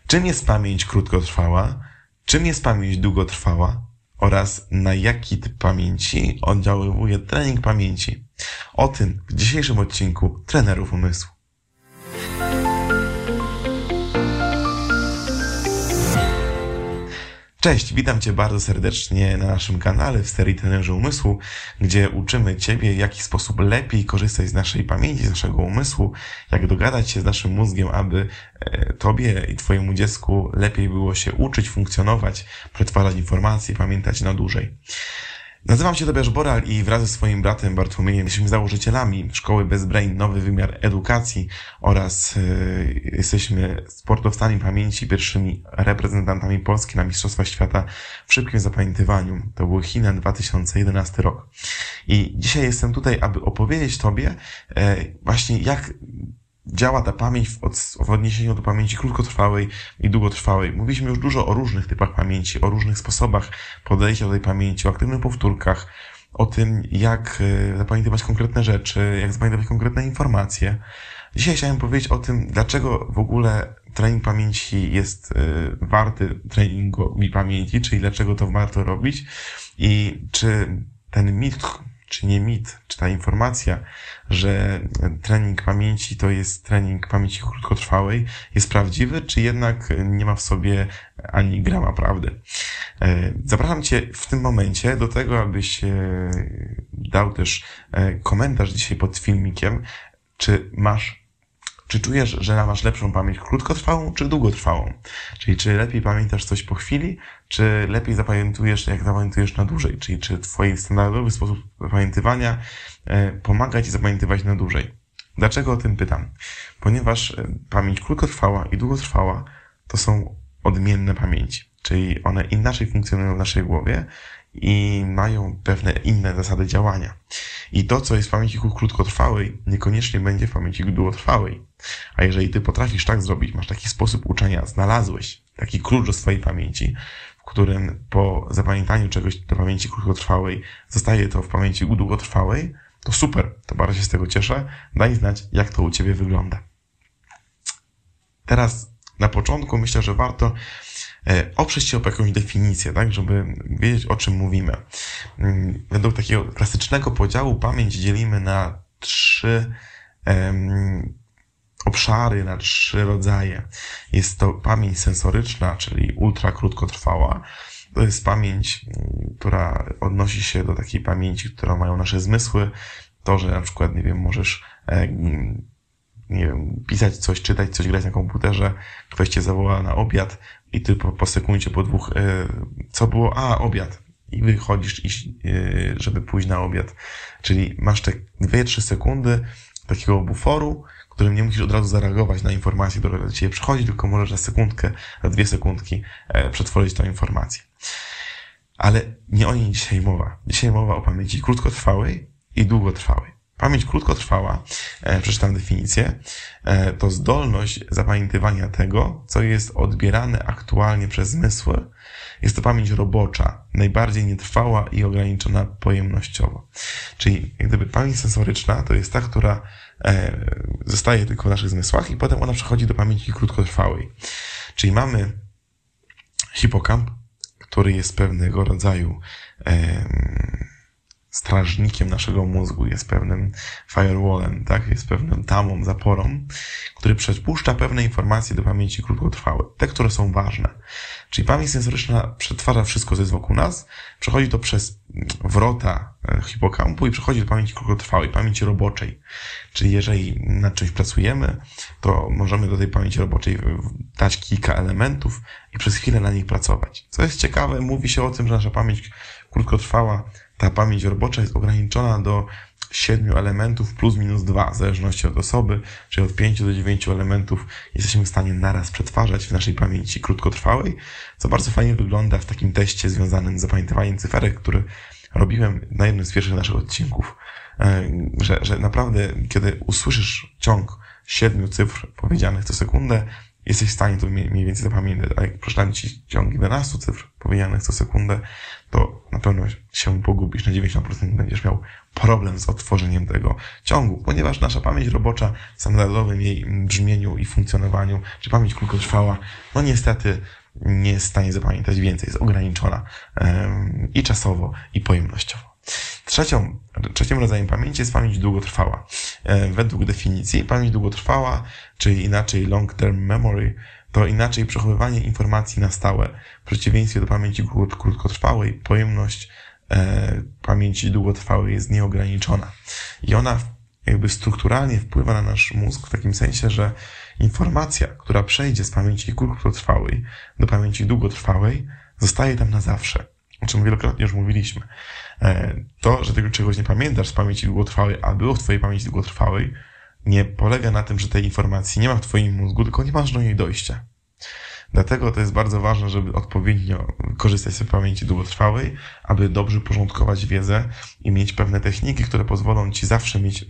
Czym jest pamięć krótkotrwała? Czym jest pamięć długotrwała? Oraz na jaki typ pamięci oddziaływuje trening pamięci? O tym w dzisiejszym odcinku Trenerów Umysłu. Cześć, witam Cię bardzo serdecznie na naszym kanale w serii Trenerzy Umysłu, gdzie uczymy Ciebie, w jaki sposób lepiej korzystać z naszej pamięci, z naszego umysłu, jak dogadać się z naszym mózgiem, aby Tobie i Twojemu dziecku lepiej było się uczyć, funkcjonować, przetwarzać informacje, pamiętać na dłużej. Nazywam się Tobiasz Boral i wraz ze swoim bratem Bartłomiejem jesteśmy założycielami Szkoły Best Brain Nowy Wymiar Edukacji oraz jesteśmy sportowcami pamięci, pierwszymi reprezentantami Polski na Mistrzostwach Świata w szybkim zapamiętywaniu. To był China 2011 rok. I dzisiaj jestem tutaj, aby opowiedzieć Tobie właśnie jak działa ta pamięć w odniesieniu do pamięci krótkotrwałej i długotrwałej. Mówiliśmy już dużo o różnych typach pamięci, o różnych sposobach podejścia do tej pamięci, o aktywnych powtórkach, o tym, jak zapamiętywać konkretne rzeczy, jak zapamiętywać konkretne informacje. Dzisiaj chciałem powiedzieć o tym, dlaczego w ogóle trening pamięci jest warty treningowi pamięci, czyli dlaczego to warto robić i czy ten mit, czy nie mit, czy ta informacja, że trening pamięci to jest trening pamięci krótkotrwałej, jest prawdziwy, czy jednak nie ma w sobie ani grama prawdy. Zapraszam Cię w tym momencie do tego, abyś dał też komentarz dzisiaj pod filmikiem, czy czujesz, że masz lepszą pamięć krótkotrwałą czy długotrwałą? Czyli czy lepiej pamiętasz coś po chwili, czy lepiej zapamiętujesz, jak zapamiętujesz na dłużej? Czyli czy Twój standardowy sposób zapamiętywania pomaga Ci zapamiętywać na dłużej? Dlaczego o tym pytam? Ponieważ pamięć krótkotrwała i długotrwała to są odmienne pamięci. Czyli one inaczej funkcjonują w naszej głowie i mają pewne inne zasady działania. I to, co jest w pamięci krótkotrwałej, niekoniecznie będzie w pamięci długotrwałej. A jeżeli Ty potrafisz tak zrobić, masz taki sposób uczenia, znalazłeś taki klucz do swojej pamięci, w którym po zapamiętaniu czegoś do pamięci krótkotrwałej zostaje to w pamięci długotrwałej, to super, to bardzo się z tego cieszę. Daj znać, jak to u Ciebie wygląda. Teraz na początku myślę, że warto oprzeć się o jakąś definicję, tak, żeby wiedzieć, o czym mówimy. Według takiego klasycznego podziału pamięć dzielimy na 3 obszary, na 3 rodzaje. Jest to pamięć sensoryczna, czyli ultra krótkotrwała. To jest pamięć, która odnosi się do takiej pamięci, którą mają nasze zmysły. To, że na przykład, możesz pisać coś, czytać coś, grać na komputerze, ktoś Cię zawoła na obiad i Ty po sekundzie, po 2, co było? Obiad. I wychodzisz, żeby pójść na obiad. Czyli masz te 2-3 sekundy takiego buforu, którym nie musisz od razu zareagować na informację, która do Ciebie przychodzi, tylko możesz na sekundkę, na 2 sekundki przetworzyć tą informację. Ale nie o niej dzisiaj mowa. Dzisiaj mowa o pamięci krótkotrwałej i długotrwałej. Pamięć krótkotrwała, przeczytam definicję, to zdolność zapamiętywania tego, co jest odbierane aktualnie przez zmysły. Jest to pamięć robocza, najbardziej nietrwała i ograniczona pojemnościowo. Czyli jak gdyby pamięć sensoryczna to jest ta, która zostaje tylko w naszych zmysłach i potem ona przechodzi do pamięci krótkotrwałej. Czyli mamy hipokamp, który jest pewnego rodzaju strażnikiem naszego mózgu, jest pewnym firewallem, tak? Jest pewną tamą, zaporą, który przepuszcza pewne informacje do pamięci krótkotrwałej, te, które są ważne. Czyli pamięć sensoryczna przetwarza wszystko, co jest wokół nas, przechodzi to przez wrota hipokampu i przechodzi do pamięci krótkotrwałej, pamięci roboczej. Czyli jeżeli nad czymś pracujemy, to możemy do tej pamięci roboczej dać kilka elementów i przez chwilę na nich pracować. Co jest ciekawe, mówi się o tym, że nasza pamięć krótkotrwała, ta pamięć robocza jest ograniczona do 7 elementów plus minus 2, w zależności od osoby, czyli od 5 do 9 elementów jesteśmy w stanie naraz przetwarzać w naszej pamięci krótkotrwałej, co bardzo fajnie wygląda w takim teście związanym z zapamiętywaniem cyferek, który robiłem na jednym z pierwszych naszych odcinków, że naprawdę, kiedy usłyszysz ciąg 7 cyfr powiedzianych co sekundę jesteś w stanie to mniej więcej zapamiętać. A jak przeczytam ci ciąg 11 cyfr powiedzianych co sekundę, to na pewno się pogubisz. Na 90% będziesz miał problem z odtworzeniem tego ciągu, ponieważ nasza pamięć robocza w standardowym jej brzmieniu i funkcjonowaniu, czy pamięć krótkotrwała, no niestety nie jest w stanie zapamiętać więcej, jest ograniczona i czasowo, i pojemnościowo. Trzecim rodzajem pamięci jest pamięć długotrwała. Według definicji pamięć długotrwała, czyli inaczej long term memory, to inaczej przechowywanie informacji na stałe. W przeciwieństwie do pamięci krótkotrwałej, pojemność pamięci długotrwałej jest nieograniczona. I ona jakby strukturalnie wpływa na nasz mózg w takim sensie, że informacja, która przejdzie z pamięci krótkotrwałej do pamięci długotrwałej, zostaje tam na zawsze. O czym wielokrotnie już mówiliśmy. To, że tego czegoś nie pamiętasz z pamięci długotrwałej, a było w twojej pamięci długotrwałej, nie polega na tym, że tej informacji nie ma w twoim mózgu, tylko nie masz do niej dojścia. Dlatego to jest bardzo ważne, żeby odpowiednio korzystać z pamięci długotrwałej, aby dobrze porządkować wiedzę i mieć pewne techniki, które pozwolą ci zawsze mieć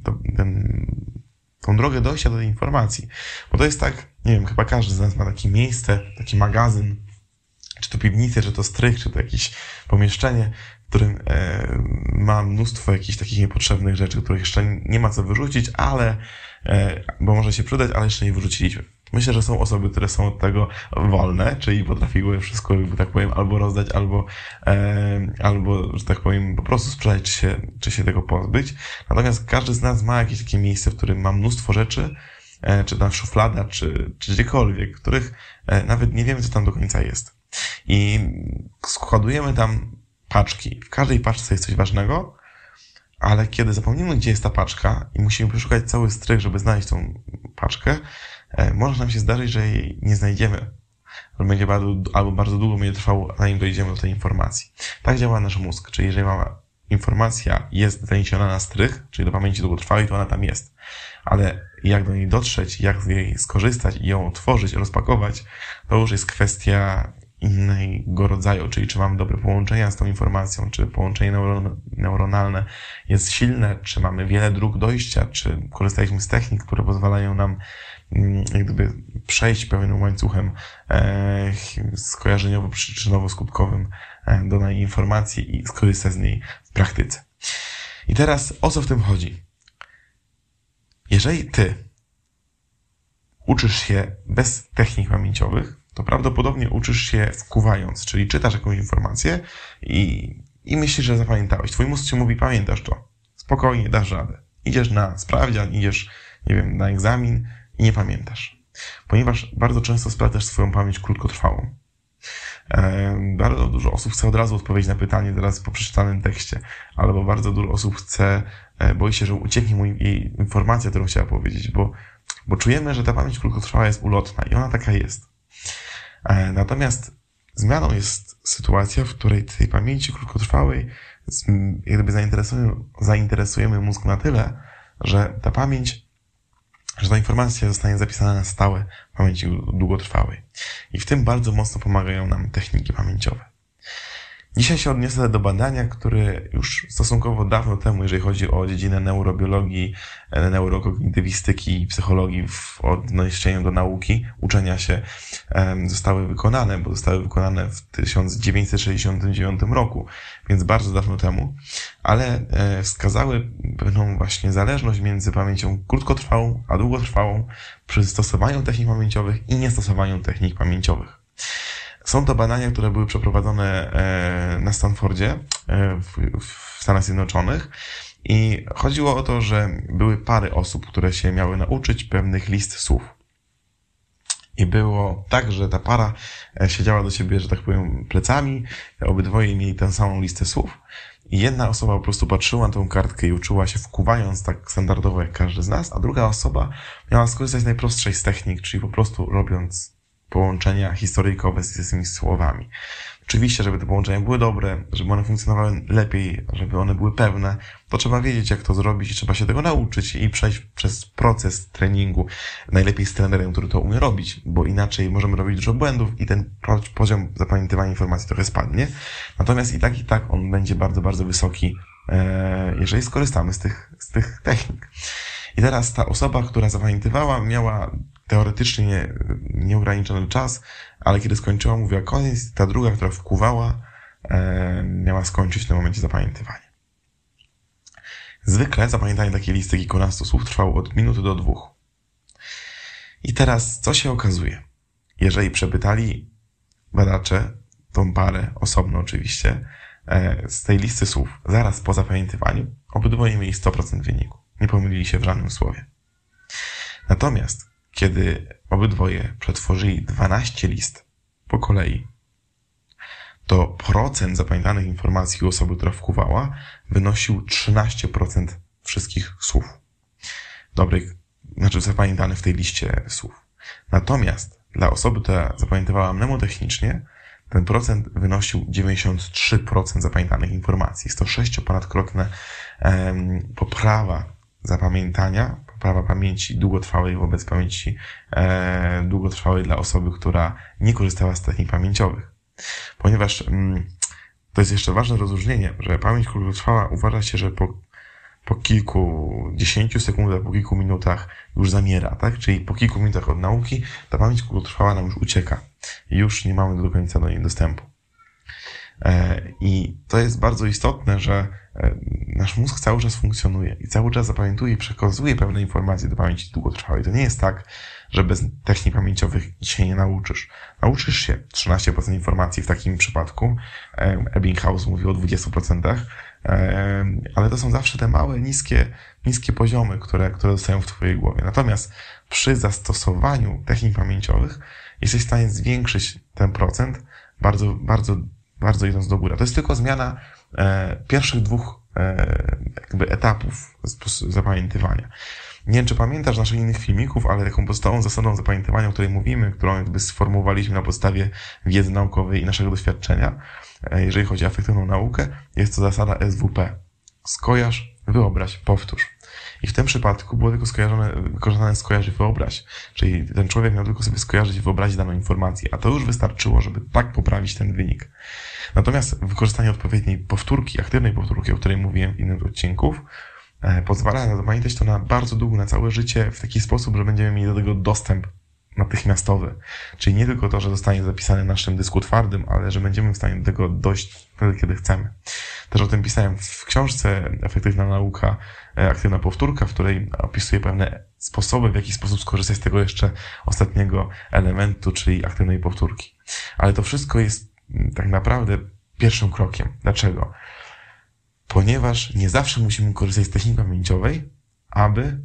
tą drogę dojścia do tej informacji. Bo to jest tak, nie wiem, chyba każdy z nas ma takie miejsce, taki magazyn, czy to piwnicę, czy to strych, czy to jakieś pomieszczenie, w którym ma mnóstwo jakichś takich niepotrzebnych rzeczy, których jeszcze nie ma co wyrzucić, ale bo może się przydać, ale jeszcze nie wyrzuciliśmy. Myślę, że są osoby, które są od tego wolne, czyli potrafiły wszystko, tak powiem, albo rozdać, albo, że tak powiem, po prostu sprzedać, czy się tego pozbyć. Natomiast każdy z nas ma jakieś takie miejsce, w którym ma mnóstwo rzeczy, czy tam szuflada, czy gdziekolwiek, których nawet nie wiemy, co tam do końca jest. I składujemy tam paczki. W każdej paczce jest coś ważnego, ale kiedy zapomnimy, gdzie jest ta paczka i musimy przeszukać cały strych, żeby znaleźć tą paczkę, może nam się zdarzyć, że jej nie znajdziemy. Albo bardzo długo będzie trwało, zanim dojdziemy do tej informacji. Tak działa nasz mózg, czyli jeżeli informacja jest zaniesiona na strych, czyli do pamięci długotrwałej, to ona tam jest. Ale jak do niej dotrzeć, jak z niej skorzystać i ją otworzyć, rozpakować, to już jest kwestia innego rodzaju, czyli czy mamy dobre połączenia z tą informacją, czy połączenie neuronalne jest silne, czy mamy wiele dróg dojścia, czy korzystaliśmy z technik, które pozwalają nam jak gdyby przejść pewnym łańcuchem skojarzeniowo-przyczynowo-skutkowym do danej informacji i skorzystać z niej w praktyce. I teraz o co w tym chodzi? Jeżeli ty uczysz się bez technik pamięciowych, to prawdopodobnie uczysz się wkuwając, czyli czytasz jakąś informację i myślisz, że zapamiętałeś. Twój mózg ci mówi, pamiętasz to. Spokojnie, dasz radę. Idziesz na sprawdzian, idziesz, nie wiem, na egzamin i nie pamiętasz. Ponieważ bardzo często sprawdzasz swoją pamięć krótkotrwałą. Bardzo dużo osób chce od razu odpowiedzieć na pytanie teraz po przeczytanym tekście, albo bardzo dużo osób boi się, że ucieknie mu jej informacja, którą chciała powiedzieć, bo czujemy, że ta pamięć krótkotrwała jest ulotna i ona taka jest. Natomiast zmianą jest sytuacja, w której tej pamięci krótkotrwałej jakby zainteresujemy mózg na tyle, że ta informacja zostanie zapisana na stałe w pamięci długotrwałej. I w tym bardzo mocno pomagają nam techniki pamięciowe. Dzisiaj się odniosę do badania, które już stosunkowo dawno temu, jeżeli chodzi o dziedzinę neurobiologii, neurokognitywistyki i psychologii w odniesieniu do nauki, uczenia się, zostały wykonane, bo zostały wykonane w 1969 roku, więc bardzo dawno temu, ale wskazały pewną właśnie zależność między pamięcią krótkotrwałą a długotrwałą przy stosowaniu technik pamięciowych i niestosowaniu technik pamięciowych. Są to badania, które były przeprowadzone na Stanfordzie w Stanach Zjednoczonych i chodziło o to, że były pary osób, które się miały nauczyć pewnych list słów. I było tak, że ta para siedziała do siebie, że tak powiem, plecami, obydwoje mieli tę samą listę słów i jedna osoba po prostu patrzyła na tą kartkę i uczyła się wkuwając tak standardowo jak każdy z nas, a druga osoba miała skorzystać z najprostszej z technik, czyli po prostu robiąc połączenia historyjkowe z tymi słowami. Oczywiście, żeby te połączenia były dobre, żeby one funkcjonowały lepiej, żeby one były pewne, to trzeba wiedzieć, jak to zrobić i trzeba się tego nauczyć i przejść przez proces treningu, najlepiej z trenerem, który to umie robić, bo inaczej możemy robić dużo błędów i ten poziom zapamiętywania informacji trochę spadnie. Natomiast i tak on będzie bardzo, bardzo wysoki, jeżeli skorzystamy z tych technik. I teraz ta osoba, która zapamiętywała, miała teoretycznie nieograniczony czas, ale kiedy skończyła, mówiła koniec, ta druga, która wkuwała, miała skończyć w tym momencie zapamiętywanie. Zwykle zapamiętanie takiej listy kilkunastu słów trwało od minuty do 2. I teraz co się okazuje? Jeżeli przepytali badacze tą parę, osobno oczywiście, z tej listy słów zaraz po zapamiętywaniu, obydwoje mieli 100% wyniku. Nie pomylili się w żadnym słowie. Natomiast kiedy obydwoje przetworzyli 12 list po kolei, to procent zapamiętanych informacji u osoby, która wkuwała, wynosił 13% wszystkich słów. Zapamiętanych w tej liście słów. Natomiast dla osoby, która zapamiętywała mnemotechnicznie, ten procent wynosił 93% zapamiętanych informacji. Jest to 6-ponadkrotna poprawa zapamiętania, poprawa pamięci długotrwałej wobec pamięci długotrwałej dla osoby, która nie korzystała z technik pamięciowych. Ponieważ to jest jeszcze ważne rozróżnienie, że pamięć krótkotrwała uważa się, że po kilkudziesięciu sekundach, po kilku minutach już zamiera, tak? Czyli po kilku minutach od nauki ta pamięć krótkotrwała nam już ucieka i już nie mamy do końca do niej dostępu. I to jest bardzo istotne, że nasz mózg cały czas funkcjonuje i cały czas zapamiętuje i przekazuje pewne informacje do pamięci długotrwałej. To nie jest tak, że bez technik pamięciowych się nie nauczysz. Nauczysz się 13% informacji w takim przypadku. Ebbinghaus mówił o 20%, ale to są zawsze te małe, niskie poziomy, które zostają w twojej głowie. Natomiast przy zastosowaniu technik pamięciowych jesteś w stanie zwiększyć ten procent bardzo idąc do góry. To jest tylko zmiana pierwszych 2 etapów zapamiętywania. Nie wiem, czy pamiętasz naszych innych filmików, ale taką podstawową zasadą zapamiętywania, o której mówimy, którą sformułowaliśmy na podstawie wiedzy naukowej i naszego doświadczenia, jeżeli chodzi o efektywną naukę, jest to zasada SWP. Skojarz, wyobraź, powtórz. I w tym przypadku było tylko wykorzystane skojarz i wyobraź. Czyli ten człowiek miał tylko sobie skojarzyć i wyobrazić daną informację, a to już wystarczyło, żeby tak poprawić ten wynik. Natomiast wykorzystanie odpowiedniej powtórki, aktywnej powtórki, o której mówiłem w innym odcinku, pozwala zapamiętać to na bardzo długo, na całe życie w taki sposób, że będziemy mieli do tego dostęp natychmiastowy. Czyli nie tylko to, że zostanie zapisane na naszym dysku twardym, ale że będziemy w stanie do tego dojść wtedy, kiedy chcemy. Też o tym pisałem w książce Efektywna nauka, aktywna powtórka, w której opisuję pewne sposoby, w jaki sposób skorzystać z tego jeszcze ostatniego elementu, czyli aktywnej powtórki. Ale to wszystko jest tak naprawdę pierwszym krokiem. Dlaczego? Ponieważ nie zawsze musimy korzystać z techniki pamięciowej, aby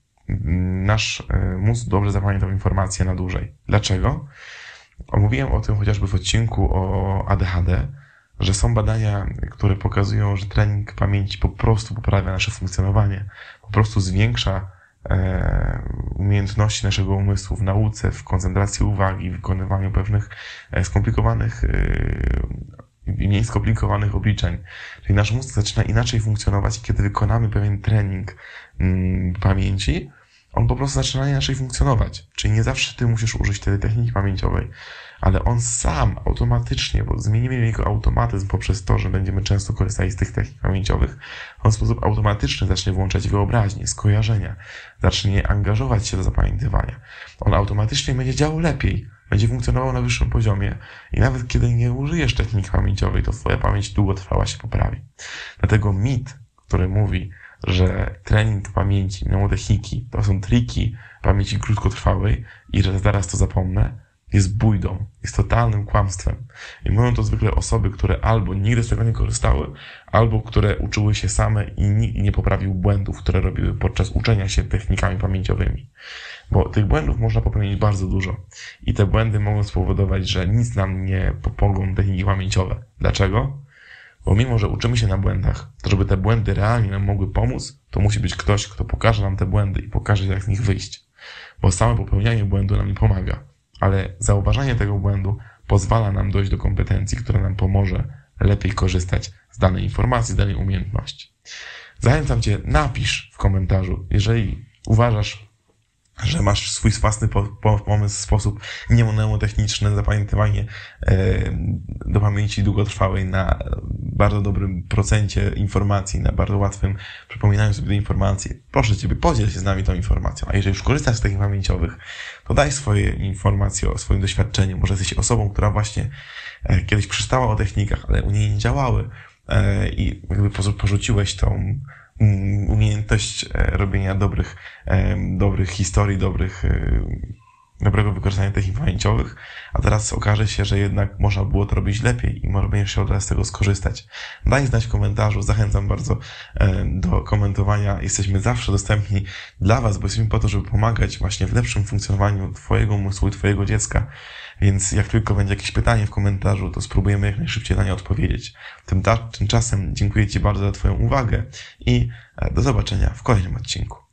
nasz mózg dobrze zapamiętał informacje na dłużej. Dlaczego? Omówiłem o tym chociażby w odcinku o ADHD, że są badania, które pokazują, że trening pamięci po prostu poprawia nasze funkcjonowanie, po prostu zwiększa umiejętności naszego umysłu w nauce, w koncentracji uwagi, w wykonywaniu pewnych skomplikowanych i mniej skomplikowanych obliczeń. Czyli nasz mózg zaczyna inaczej funkcjonować i kiedy wykonamy pewien trening pamięci, on po prostu zaczyna inaczej funkcjonować. Czyli nie zawsze ty musisz użyć tej techniki pamięciowej, ale on sam automatycznie, bo zmienimy jego automatyzm poprzez to, że będziemy często korzystali z tych technik pamięciowych, on w sposób automatyczny zacznie włączać wyobraźnię, skojarzenia, zacznie angażować się do zapamiętywania. On automatycznie będzie działał lepiej, będzie funkcjonował na wyższym poziomie i nawet kiedy nie użyjesz techniki pamięciowej, to twoja pamięć długotrwała się poprawi. Dlatego mit, który mówi, że trening pamięci, mnemotechniki to są triki pamięci krótkotrwałej i że zaraz to zapomnę, jest bójdą, jest totalnym kłamstwem. I mówią to zwykle osoby, które albo nigdy z tego nie korzystały, albo które uczyły się same i nikt nie poprawił błędów, które robiły podczas uczenia się technikami pamięciowymi. Bo tych błędów można popełnić bardzo dużo. I te błędy mogą spowodować, że nic nam nie pomogą techniki pamięciowe. Dlaczego? Bo mimo, że uczymy się na błędach, to żeby te błędy realnie nam mogły pomóc, to musi być ktoś, kto pokaże nam te błędy i pokaże, jak z nich wyjść. Bo same popełnianie błędu nam nie pomaga. Ale zauważanie tego błędu pozwala nam dojść do kompetencji, która nam pomoże lepiej korzystać z danej informacji, z danej umiejętności. Zachęcam cię, napisz w komentarzu, jeżeli uważasz, że masz swój własny pomysł, sposób mnemotechniczny na zapamiętywanie do pamięci długotrwałej na bardzo dobrym procencie informacji, na bardzo łatwym przypominaniu sobie tej informacji. Proszę Ciebie, podziel się z nami tą informacją. A jeżeli już korzystasz z takich pamięciowych, to daj swoje informacje o swoim doświadczeniu. Może jesteś osobą, która właśnie kiedyś przeczytała o technikach, ale u niej nie działały i jakby porzuciłeś tą umiejętność robienia dobrych historii, dobrego wykorzystania technik pamięciowych, a teraz okaże się, że jednak można było to robić lepiej i może będziesz chciał teraz z tego skorzystać. Daj znać w komentarzu, zachęcam bardzo do komentowania. Jesteśmy zawsze dostępni dla Was, bo jesteśmy po to, żeby pomagać właśnie w lepszym funkcjonowaniu Twojego umysłu i Twojego dziecka. Więc jak tylko będzie jakieś pytanie w komentarzu, to spróbujemy jak najszybciej na nie odpowiedzieć. Tymczasem dziękuję Ci bardzo za Twoją uwagę i do zobaczenia w kolejnym odcinku.